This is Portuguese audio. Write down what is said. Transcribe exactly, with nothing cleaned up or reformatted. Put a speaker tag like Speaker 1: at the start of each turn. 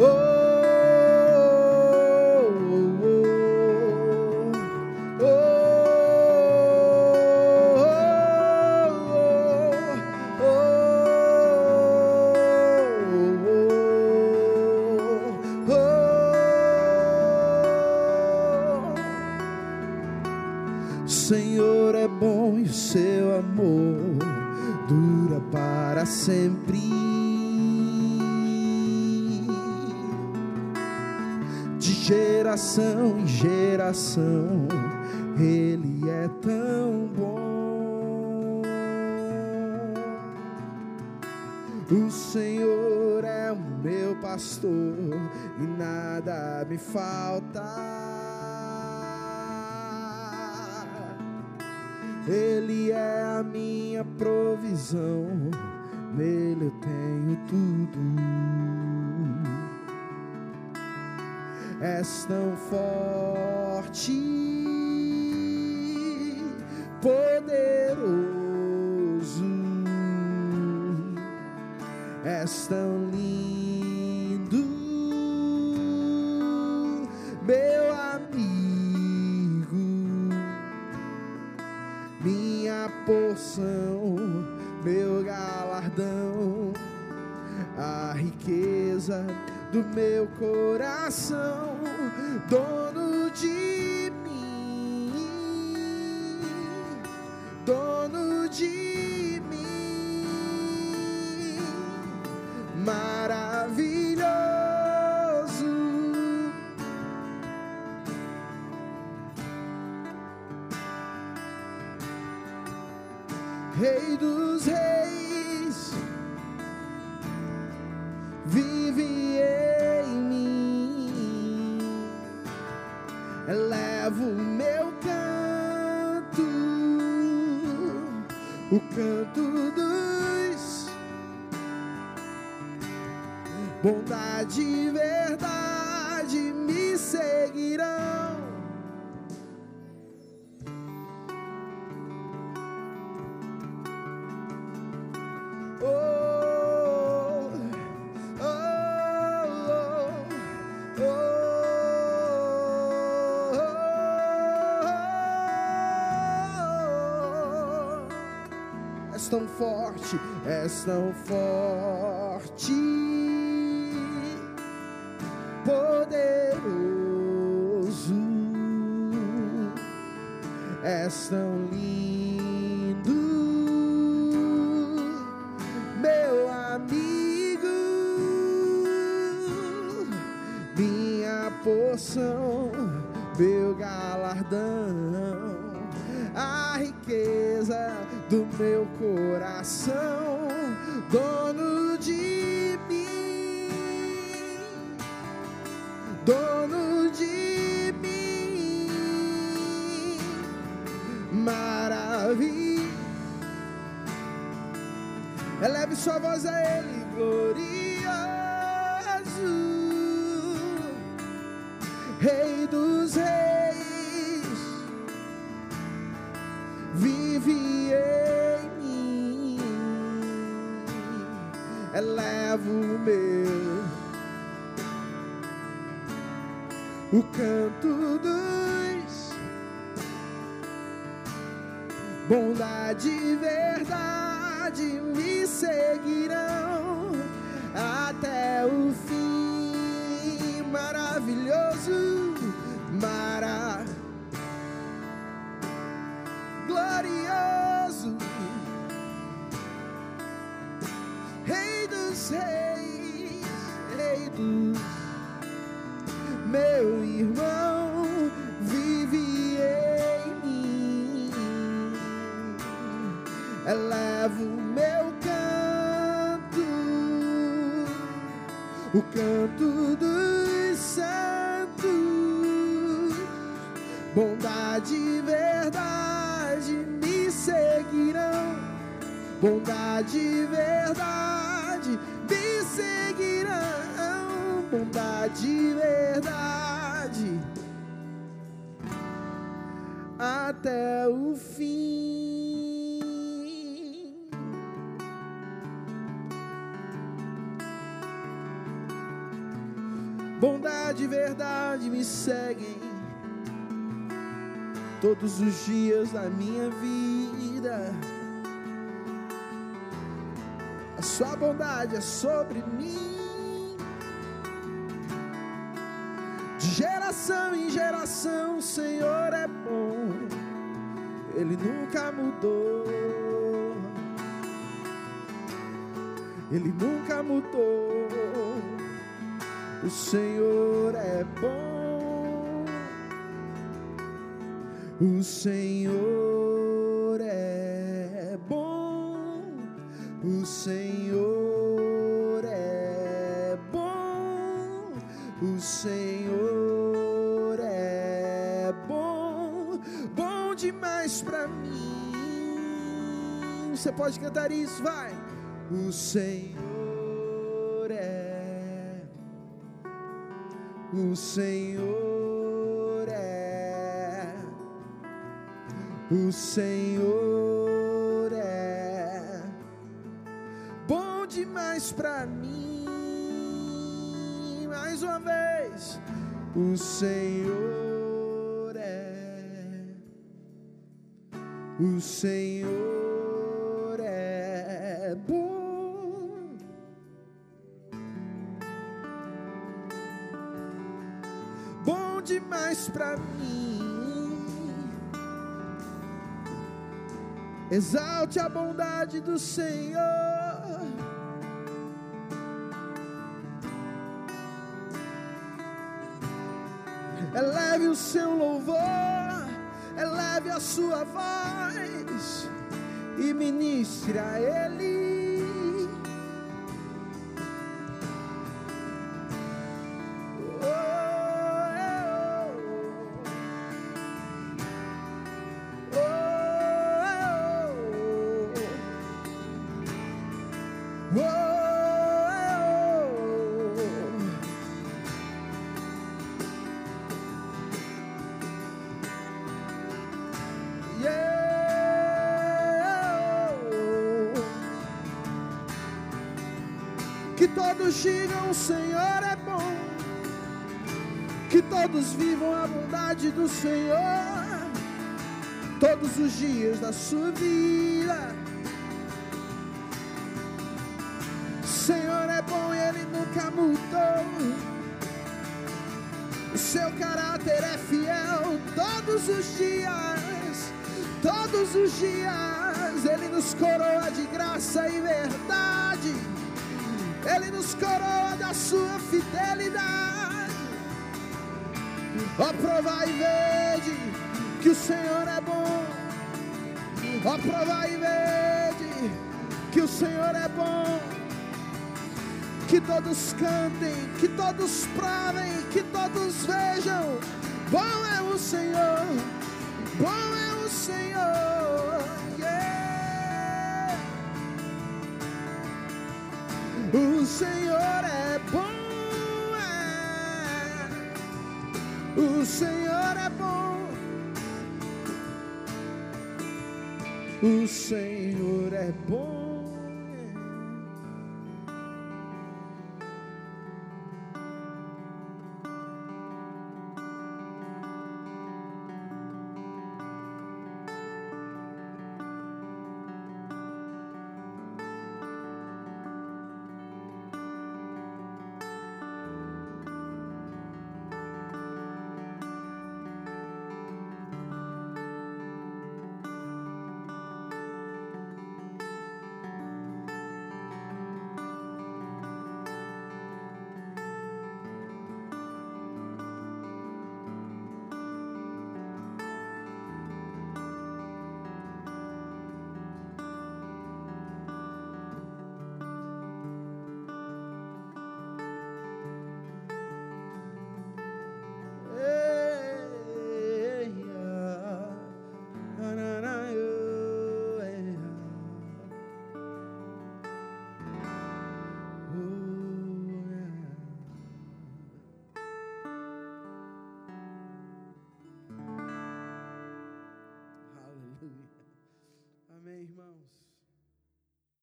Speaker 1: Senhor é bom e o seu amor dura para sempre. De geração em geração, Ele é tão bom. O Senhor é o meu pastor e nada me falta. Ele é a minha provisão, nele eu tenho tudo. És tão forte, poderoso, és tão lindo, meu amigo, minha porção, meu galardão, a riqueza do meu coração, dono de mim, dono de mim, maravilhoso, Rei dos reis, vive em mim, elevo o meu canto, o canto dos bondade e verdade me seguirão. És tão forte, és tão forte, poderoso, és tão lindo, meu amigo, minha porção, meu galardão, a riqueza do meu coração, dono de mim, dono de mim, maravilha. Eleve sua voz a Ele, glorioso, Rei dos reis, vive em mim, elevo o meu, o canto dos bondade e verdade me seguirão até o fim, maravilhoso, mara glorioso, Rei dos reis, Rei dos, meu irmão, vive em mim, elevo o meu canto, o canto dos santos, bondade e verdade me seguirão, bondade e verdade me seguirão, bondade e verdade até o fim. bondade e verdade me seguem todos os dias da minha vida. A sua bondade é sobre mim. De geração em geração, o Senhor é bom. Ele nunca mudou. Ele nunca mudou. O Senhor é bom. O Senhor é bom. O Senhor é bom. O Senhor é bom. Bom demais pra mim. Você pode cantar isso, vai. O Senhor é. O Senhor é. O Senhor é bom demais pra mim. Mais uma vez. O Senhor é. O Senhor é bom. Bom demais pra mim. Exalte a bondade do Senhor. Eleve o seu louvor, eleve a sua voz e ministre a Ele. Que todos digam: o Senhor é bom. Que todos vivam a bondade do Senhor todos os dias da sua vida. O Senhor é bom e Ele nunca mudou. O seu caráter é fiel todos os dias. Todos os dias Ele nos coroa de graça e verdade. Ele nos coroa da sua fidelidade. Ó, provai e vede que o Senhor é bom. Ó, provai e vede que o Senhor é bom. Que todos cantem, que todos provem, que todos vejam. Bom é o Senhor, bom é o Senhor. Yeah. O Senhor é bom, é. O Senhor é bom. O Senhor é bom.